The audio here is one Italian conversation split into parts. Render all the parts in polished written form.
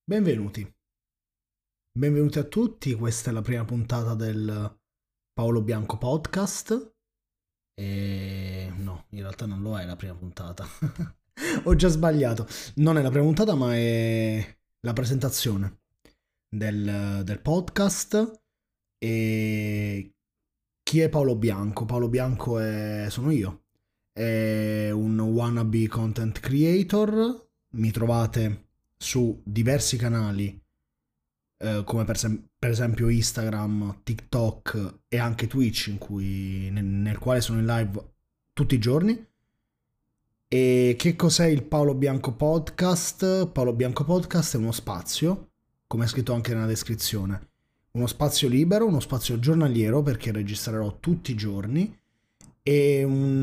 Benvenuti, benvenuti a tutti, questa è la prima puntata del Paolo Bianco Podcast e no, in realtà non lo è la prima puntata, ho già sbagliato, non è la prima puntata ma è la presentazione del podcast. E chi è Paolo Bianco? Paolo Bianco sono io, è un wannabe content creator, mi trovate su diversi canali come per esempio Instagram, TikTok e anche Twitch nel quale sono in live tutti i giorni. E che cos'è il Paolo Bianco Podcast? Paolo Bianco Podcast è uno spazio, come è scritto anche nella descrizione, uno spazio libero, uno spazio giornaliero perché registrerò tutti i giorni e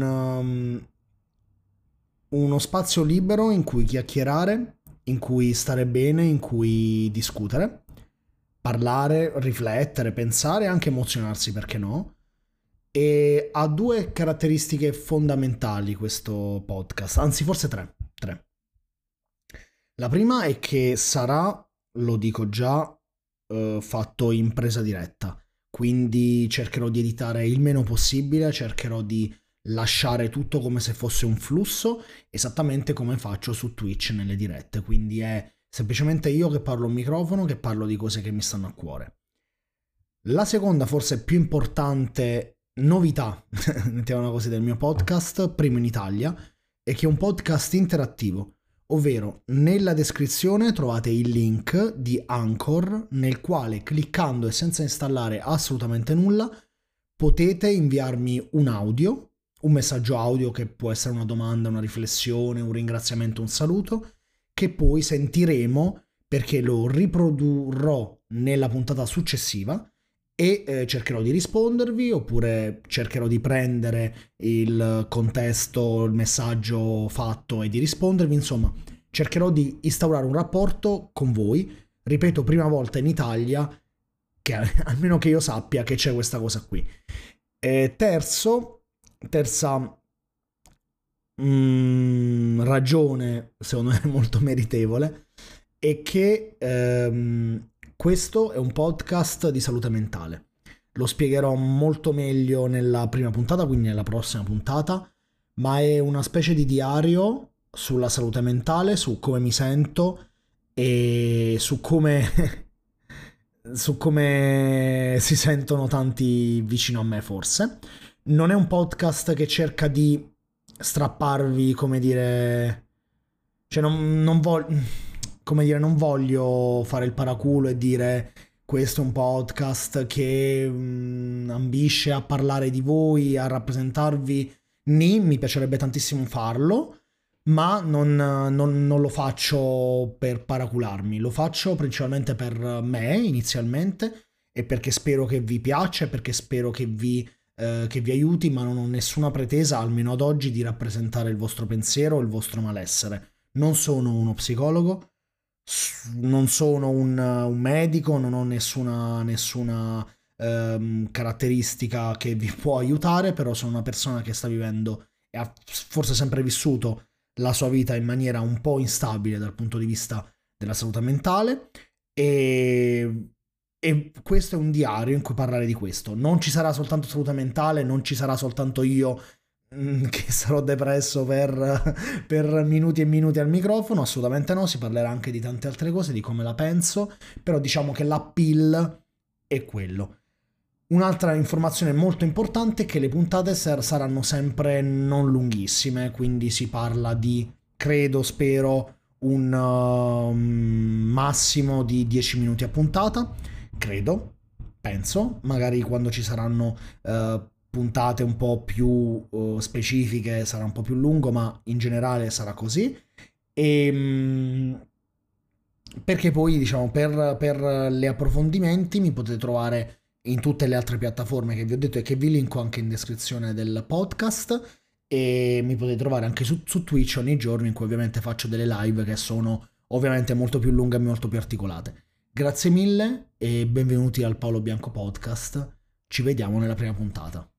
uno spazio libero in cui chiacchierare, in cui stare bene, in cui discutere, parlare, riflettere, pensare e anche emozionarsi, perché no? E ha due caratteristiche fondamentali questo podcast, anzi forse tre. Tre. La prima è che sarà, lo dico già, fatto in presa diretta, quindi cercherò di editare il meno possibile, cercherò di lasciare tutto come se fosse un flusso, esattamente come faccio su Twitch nelle dirette, quindi è semplicemente io che parlo a un microfono, che parlo di cose che mi stanno a cuore. La seconda, forse più importante novità, mettiamola così, del mio podcast, primo in Italia, è che è un podcast interattivo, ovvero nella descrizione trovate il link di Anchor nel quale cliccando e senza installare assolutamente nulla potete inviarmi un audio, un messaggio audio che può essere una domanda, una riflessione, un ringraziamento, un saluto, che poi sentiremo perché lo riprodurrò nella puntata successiva e cercherò di rispondervi oppure cercherò di prendere il contesto, il messaggio fatto e di rispondervi, insomma cercherò di instaurare un rapporto con voi, ripeto, prima volta in Italia che almeno che io sappia che c'è questa cosa qui. Terza ragione, secondo me molto meritevole, è che questo è un podcast di salute mentale. Lo spiegherò molto meglio nella prima puntata, quindi nella prossima puntata, ma è una specie di diario sulla salute mentale, su come mi sento e su come su come si sentono tanti vicino a me forse. Non è un podcast che cerca di strapparvi, come dire, cioè come dire, non voglio fare il paraculo e dire questo è un podcast che ambisce a parlare di voi, a rappresentarvi. Mi piacerebbe tantissimo farlo, ma non lo faccio per paracularmi, lo faccio principalmente per me inizialmente e perché spero che vi piaccia, perché spero che vi aiuti, ma non ho nessuna pretesa, almeno ad oggi, di rappresentare il vostro pensiero o il vostro malessere. Non sono uno psicologo, non sono un medico, non ho nessuna caratteristica che vi può aiutare, però sono una persona che sta vivendo e ha forse sempre vissuto la sua vita in maniera un po' instabile dal punto di vista della salute mentale e questo è un diario in cui parlare di questo. Non ci sarà soltanto salute mentale, non ci sarà soltanto io che sarò depresso per minuti e minuti al microfono, assolutamente no, si parlerà anche di tante altre cose, di come la penso, però diciamo che l'appeal è quello. Un'altra informazione molto importante è che le puntate saranno sempre non lunghissime, quindi si parla di, credo, spero, un massimo di 10 minuti a puntata, credo, penso, magari quando ci saranno puntate un po' più specifiche sarà un po' più lungo, ma in generale sarà così. E perché poi, diciamo, per gli approfondimenti mi potete trovare in tutte le altre piattaforme che vi ho detto e che vi linko anche in descrizione del podcast e mi potete trovare anche su Twitch ogni giorno in cui ovviamente faccio delle live che sono ovviamente molto più lunghe e molto più articolate. Grazie mille e benvenuti al Paolo Bianco Podcast. Ci vediamo nella prima puntata.